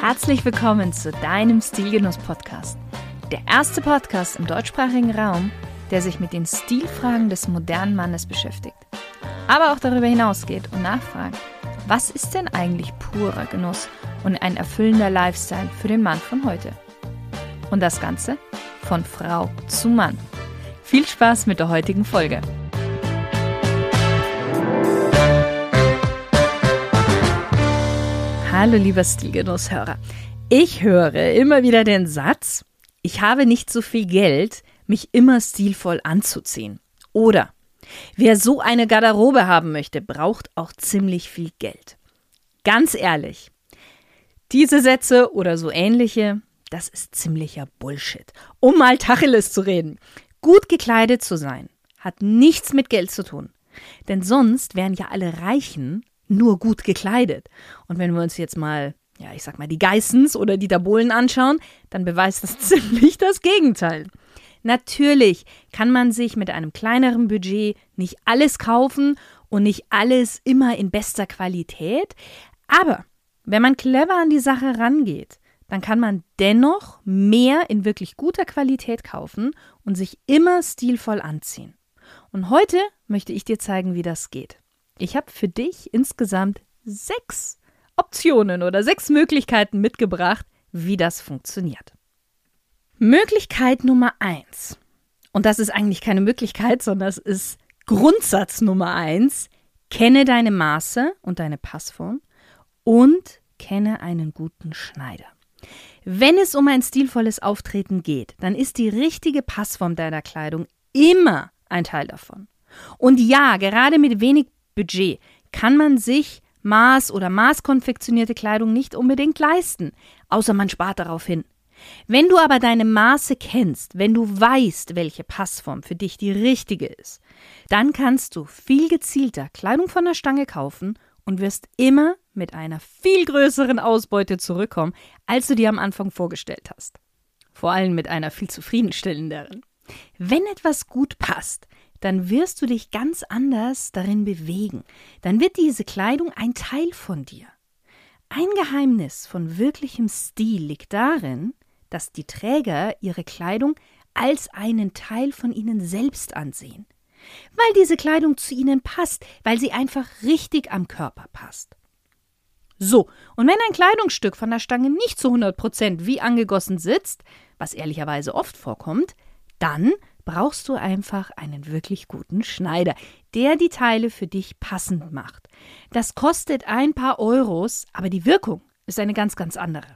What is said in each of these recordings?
Herzlich willkommen zu deinem Stilgenuss-Podcast. Der erste Podcast im deutschsprachigen Raum, der sich mit den Stilfragen des modernen Mannes beschäftigt. Aber auch darüber hinausgeht und nachfragt, was ist denn eigentlich purer Genuss und ein erfüllender Lifestyle für den Mann von heute? Und das Ganze von Frau zu Mann. Viel Spaß mit der heutigen Folge. Hallo lieber Stilgenusshörer. Ich höre immer wieder den Satz, ich habe nicht so viel Geld, mich immer stilvoll anzuziehen. Oder, wer so eine Garderobe haben möchte, braucht auch ziemlich viel Geld. Ganz ehrlich, diese Sätze oder so ähnliche, das ist ziemlicher Bullshit. Um mal Tacheles zu reden. Gut gekleidet zu sein, hat nichts mit Geld zu tun. Denn sonst wären ja alle Reichen nur gut gekleidet. Und wenn wir uns jetzt mal, die Geissens oder die Dabolen anschauen, dann beweist das ziemlich das Gegenteil. Natürlich kann man sich mit einem kleineren Budget nicht alles kaufen und nicht alles immer in bester Qualität. Aber wenn man clever an die Sache rangeht, dann kann man dennoch mehr in wirklich guter Qualität kaufen und sich immer stilvoll anziehen. Und heute möchte ich dir zeigen, wie das geht. Ich habe für dich insgesamt 6 Optionen oder 6 Möglichkeiten mitgebracht, wie das funktioniert. Möglichkeit Nummer 1. Und das ist eigentlich keine Möglichkeit, sondern es ist Grundsatz Nummer 1. Kenne deine Maße und deine Passform und kenne einen guten Schneider. Wenn es um ein stilvolles Auftreten geht, dann ist die richtige Passform deiner Kleidung immer ein Teil davon. Und ja, gerade mit wenig Budget kann man sich Maß- oder maßkonfektionierte Kleidung nicht unbedingt leisten, außer man spart darauf hin. Wenn du aber deine Maße kennst, wenn du weißt, welche Passform für dich die richtige ist, dann kannst du viel gezielter Kleidung von der Stange kaufen und wirst immer mit einer viel größeren Ausbeute zurückkommen, als du dir am Anfang vorgestellt hast. Vor allem mit einer viel zufriedenstellenderen. Wenn etwas gut passt, dann wirst du dich ganz anders darin bewegen. Dann wird diese Kleidung ein Teil von dir. Ein Geheimnis von wirklichem Stil liegt darin, dass die Träger ihre Kleidung als einen Teil von ihnen selbst ansehen. Weil diese Kleidung zu ihnen passt, weil sie einfach richtig am Körper passt. So, und wenn ein Kleidungsstück von der Stange nicht zu 100% wie angegossen sitzt, was ehrlicherweise oft vorkommt, dann brauchst du einfach einen wirklich guten Schneider, der die Teile für dich passend macht. Das kostet ein paar Euros, aber die Wirkung ist eine ganz, ganz andere.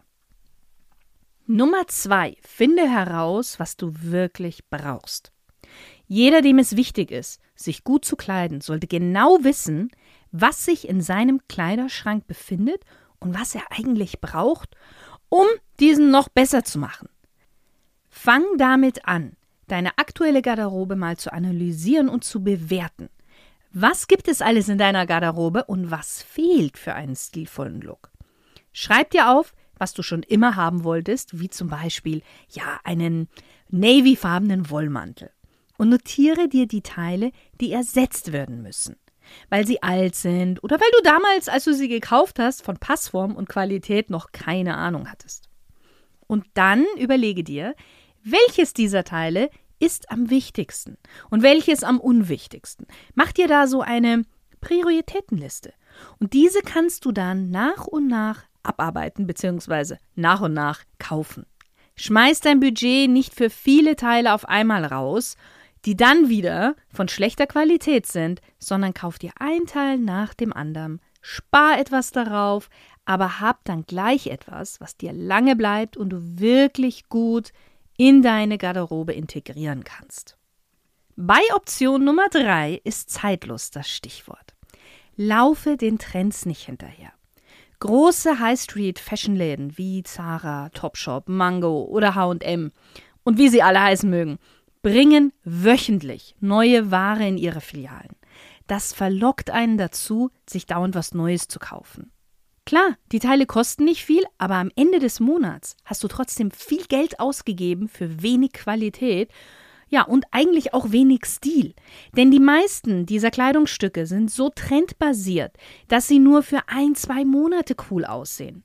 Nummer 2. Finde heraus, was du wirklich brauchst. Jeder, dem es wichtig ist, sich gut zu kleiden, sollte genau wissen, was sich in seinem Kleiderschrank befindet und was er eigentlich braucht, um diesen noch besser zu machen. Fang damit an, deine aktuelle Garderobe mal zu analysieren und zu bewerten. Was gibt es alles in deiner Garderobe und was fehlt für einen stilvollen Look? Schreib dir auf, was du schon immer haben wolltest, wie zum Beispiel einen navyfarbenen Wollmantel. Und notiere dir die Teile, die ersetzt werden müssen, weil sie alt sind oder weil du damals, als du sie gekauft hast, von Passform und Qualität noch keine Ahnung hattest. Und dann überlege dir, welches dieser Teile ist am wichtigsten und welches am unwichtigsten. Mach dir da so eine Prioritätenliste. Und diese kannst du dann nach und nach abarbeiten bzw. nach und nach kaufen. Schmeiß dein Budget nicht für viele Teile auf einmal raus, die dann wieder von schlechter Qualität sind, sondern kauf dir ein Teil nach dem anderen, spar etwas darauf, aber hab dann gleich etwas, was dir lange bleibt und du wirklich gut in deine Garderobe integrieren kannst. Bei Option Nummer 3 ist Zeitlos das Stichwort. Laufe den Trends nicht hinterher. Große High-Street-Fashion-Läden wie Zara, Topshop, Mango oder H&M und wie sie alle heißen mögen, bringen wöchentlich neue Ware in ihre Filialen. Das verlockt einen dazu, sich dauernd was Neues zu kaufen. Klar, die Teile kosten nicht viel, aber am Ende des Monats hast du trotzdem viel Geld ausgegeben für wenig Qualität, und eigentlich auch wenig Stil. Denn die meisten dieser Kleidungsstücke sind so trendbasiert, dass sie nur für 1-2 Monate cool aussehen.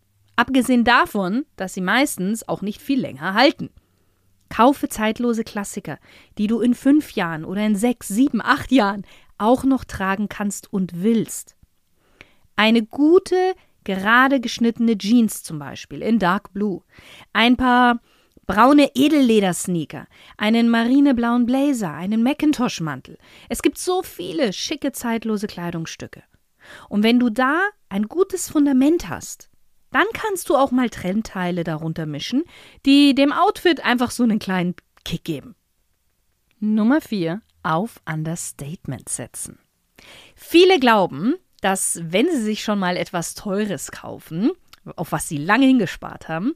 Abgesehen davon, dass sie meistens auch nicht viel länger halten. Kaufe zeitlose Klassiker, die du in 5 Jahren oder in 6, 7, 8 Jahren auch noch tragen kannst und willst. Eine gute, gerade geschnittene Jeans zum Beispiel in Dark Blue, ein paar braune Edelledersneaker, einen marineblauen Blazer, einen Macintosh-Mantel. Es gibt so viele schicke, zeitlose Kleidungsstücke. Und wenn du da ein gutes Fundament hast, dann kannst du auch mal Trendteile darunter mischen, die dem Outfit einfach so einen kleinen Kick geben. Nummer 4. Auf Understatement setzen. Viele glauben, dass wenn sie sich schon mal etwas Teures kaufen, auf was sie lange hingespart haben,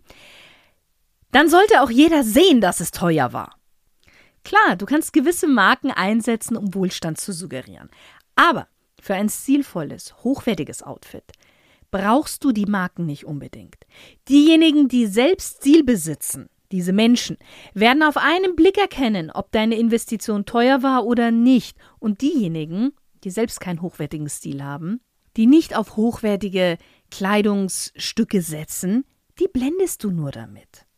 dann sollte auch jeder sehen, dass es teuer war. Klar, du kannst gewisse Marken einsetzen, um Wohlstand zu suggerieren. Aber für ein stilvolles, hochwertiges Outfit brauchst du die Marken nicht unbedingt. Diejenigen, die selbst Stil besitzen, diese Menschen, werden auf einen Blick erkennen, ob deine Investition teuer war oder nicht. Und diejenigen, die selbst keinen hochwertigen Stil haben, die nicht auf hochwertige Kleidungsstücke setzen, die blendest du nur damit.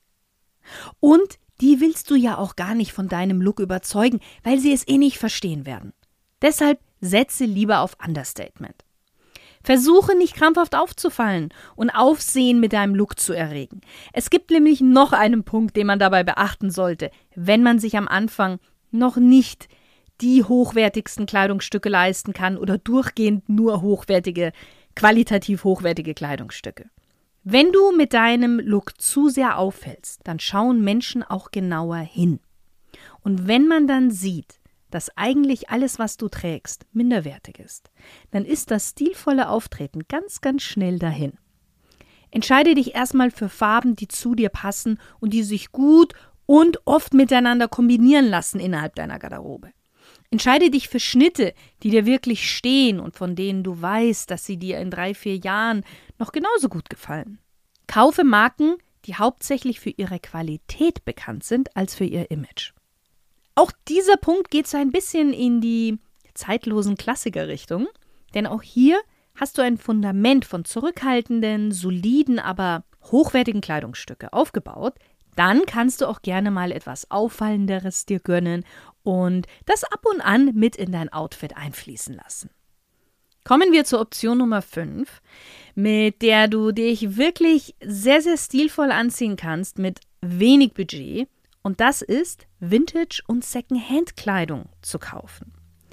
Und die willst du ja auch gar nicht von deinem Look überzeugen, weil sie es eh nicht verstehen werden. Deshalb setze lieber auf Understatement. Versuche nicht krampfhaft aufzufallen und Aufsehen mit deinem Look zu erregen. Es gibt nämlich noch einen Punkt, den man dabei beachten sollte, wenn man sich am Anfang noch nicht die hochwertigsten Kleidungsstücke leisten kann oder durchgehend nur qualitativ hochwertige Kleidungsstücke. Wenn du mit deinem Look zu sehr auffällst, dann schauen Menschen auch genauer hin. Und wenn man dann sieht, dass eigentlich alles, was du trägst, minderwertig ist, dann ist das stilvolle Auftreten ganz, ganz schnell dahin. Entscheide dich erstmal für Farben, die zu dir passen und die sich gut und oft miteinander kombinieren lassen innerhalb deiner Garderobe. Entscheide dich für Schnitte, die dir wirklich stehen und von denen du weißt, dass sie dir in 3, 4 Jahren noch genauso gut gefallen. Kaufe Marken, die hauptsächlich für ihre Qualität bekannt sind, als für ihr Image. Auch dieser Punkt geht so ein bisschen in die zeitlosen Klassiker-Richtung, denn auch hier hast du ein Fundament von zurückhaltenden, soliden, aber hochwertigen Kleidungsstücke aufgebaut. Dann kannst du auch gerne mal etwas Auffallenderes dir gönnen und das ab und an mit in dein Outfit einfließen lassen. Kommen wir zur Option Nummer 5, mit der du dich wirklich sehr, sehr stilvoll anziehen kannst mit wenig Budget. Und das ist, Vintage- und Secondhand-Kleidung zu kaufen.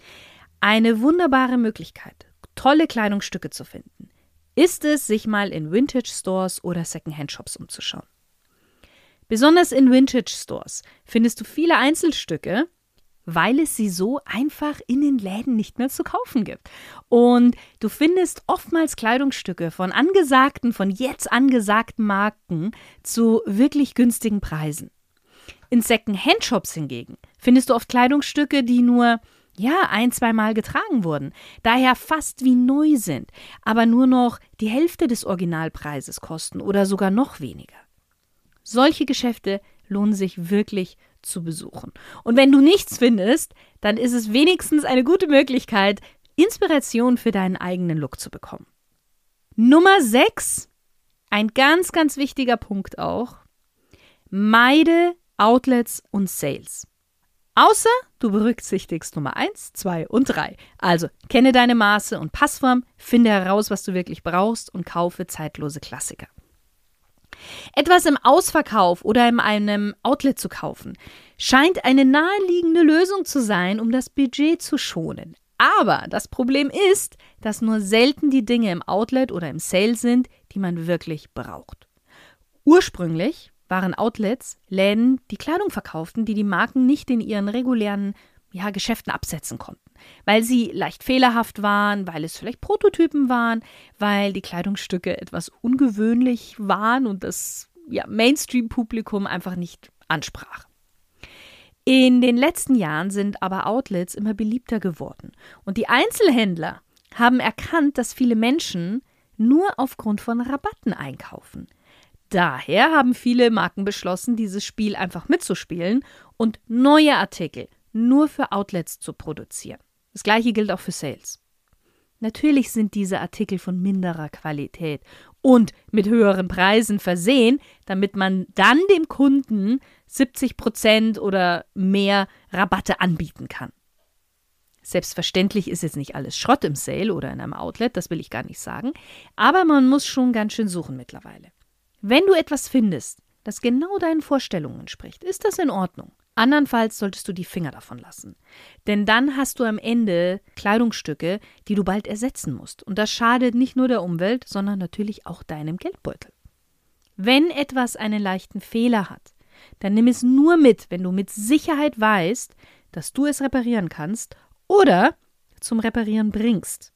Eine wunderbare Möglichkeit, tolle Kleidungsstücke zu finden, ist es, sich mal in Vintage-Stores oder Secondhand-Shops umzuschauen. Besonders in Vintage-Stores findest du viele Einzelstücke, weil es sie so einfach in den Läden nicht mehr zu kaufen gibt. Und du findest oftmals Kleidungsstücke von jetzt angesagten Marken zu wirklich günstigen Preisen. In Second-Hand-Shops hingegen findest du oft Kleidungsstücke, die nur 1-2 Mal getragen wurden, daher fast wie neu sind, aber nur noch die Hälfte des Originalpreises kosten oder sogar noch weniger. Solche Geschäfte lohnen sich wirklich zu besuchen. Und wenn du nichts findest, dann ist es wenigstens eine gute Möglichkeit, Inspiration für deinen eigenen Look zu bekommen. Nummer 6, ein ganz, ganz wichtiger Punkt auch, meide Outlets und Sales. Außer du berücksichtigst Nummer 1, 2 und 3. Also kenne deine Maße und Passform, finde heraus, was du wirklich brauchst und kaufe zeitlose Klassiker. Etwas im Ausverkauf oder in einem Outlet zu kaufen, scheint eine naheliegende Lösung zu sein, um das Budget zu schonen. Aber das Problem ist, dass nur selten die Dinge im Outlet oder im Sale sind, die man wirklich braucht. Ursprünglich waren Outlets Läden, die Kleidung verkauften, die die Marken nicht in ihren regulären Geschäften absetzen konnten, weil sie leicht fehlerhaft waren, weil es vielleicht Prototypen waren, weil die Kleidungsstücke etwas ungewöhnlich waren und das Mainstream-Publikum einfach nicht ansprach. In den letzten Jahren sind aber Outlets immer beliebter geworden und die Einzelhändler haben erkannt, dass viele Menschen nur aufgrund von Rabatten einkaufen. Daher haben viele Marken beschlossen, dieses Spiel einfach mitzuspielen und neue Artikel nur für Outlets zu produzieren. Das gleiche gilt auch für Sales. Natürlich sind diese Artikel von minderer Qualität und mit höheren Preisen versehen, damit man dann dem Kunden 70% oder mehr Rabatte anbieten kann. Selbstverständlich ist jetzt nicht alles Schrott im Sale oder in einem Outlet, das will ich gar nicht sagen, aber man muss schon ganz schön suchen mittlerweile. Wenn du etwas findest, das genau deinen Vorstellungen entspricht, ist das in Ordnung. Andernfalls solltest du die Finger davon lassen. Denn dann hast du am Ende Kleidungsstücke, die du bald ersetzen musst. Und das schadet nicht nur der Umwelt, sondern natürlich auch deinem Geldbeutel. Wenn etwas einen leichten Fehler hat, dann nimm es nur mit, wenn du mit Sicherheit weißt, dass du es reparieren kannst oder zum Reparieren bringst.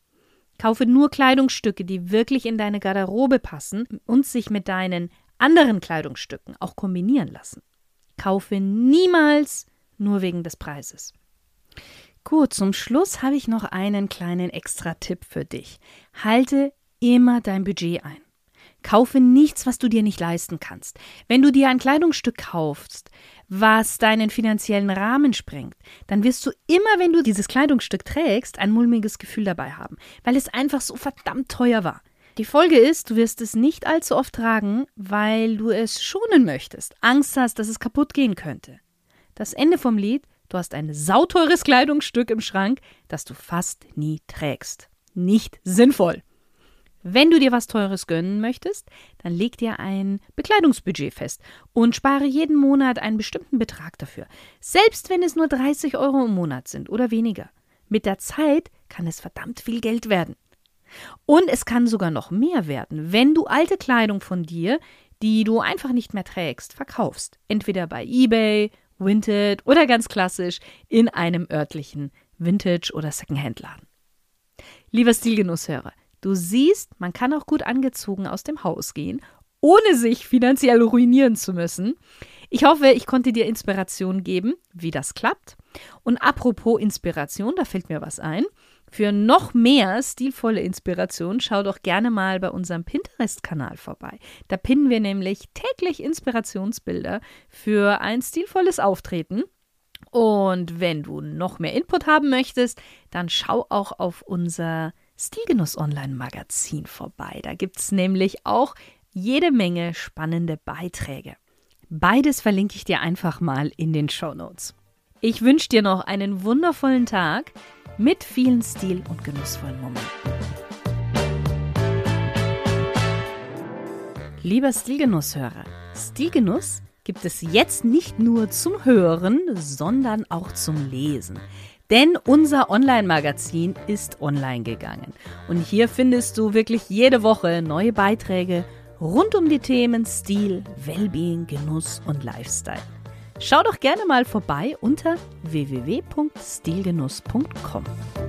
Kaufe nur Kleidungsstücke, die wirklich in deine Garderobe passen und sich mit deinen anderen Kleidungsstücken auch kombinieren lassen. Kaufe niemals nur wegen des Preises. Gut, zum Schluss habe ich noch einen kleinen Extra-Tipp für dich. Halte immer dein Budget ein. Kaufe nichts, was du dir nicht leisten kannst. Wenn du dir ein Kleidungsstück kaufst, was deinen finanziellen Rahmen sprengt, dann wirst du immer, wenn du dieses Kleidungsstück trägst, ein mulmiges Gefühl dabei haben, weil es einfach so verdammt teuer war. Die Folge ist, du wirst es nicht allzu oft tragen, weil du es schonen möchtest, Angst hast, dass es kaputt gehen könnte. Das Ende vom Lied, du hast ein sauteures Kleidungsstück im Schrank, das du fast nie trägst. Nicht sinnvoll. Wenn du dir was Teures gönnen möchtest, dann leg dir ein Bekleidungsbudget fest und spare jeden Monat einen bestimmten Betrag dafür. Selbst wenn es nur 30 € im Monat sind oder weniger. Mit der Zeit kann es verdammt viel Geld werden. Und es kann sogar noch mehr werden, wenn du alte Kleidung von dir, die du einfach nicht mehr trägst, verkaufst. Entweder bei eBay, Vinted oder ganz klassisch in einem örtlichen Vintage- oder Secondhand-Laden. Lieber Stilgenusshörer, du siehst, man kann auch gut angezogen aus dem Haus gehen, ohne sich finanziell ruinieren zu müssen. Ich hoffe, ich konnte dir Inspiration geben, wie das klappt. Und apropos Inspiration, da fällt mir was ein. Für noch mehr stilvolle Inspiration schau doch gerne mal bei unserem Pinterest-Kanal vorbei. Da pinnen wir nämlich täglich Inspirationsbilder für ein stilvolles Auftreten. Und wenn du noch mehr Input haben möchtest, dann schau auch auf unser Stilgenuss-Online-Magazin vorbei. Da gibt es nämlich auch jede Menge spannende Beiträge. Beides verlinke ich dir einfach mal in den Shownotes. Ich wünsche dir noch einen wundervollen Tag mit vielen stil- und genussvollen Momenten. Lieber Stilgenusshörer, Stilgenuss gibt es jetzt nicht nur zum Hören, sondern auch zum Lesen. Denn unser Online-Magazin ist online gegangen. Und hier findest du wirklich jede Woche neue Beiträge rund um die Themen Stil, Wellbeing, Genuss und Lifestyle. Schau doch gerne mal vorbei unter www.stilgenuss.com.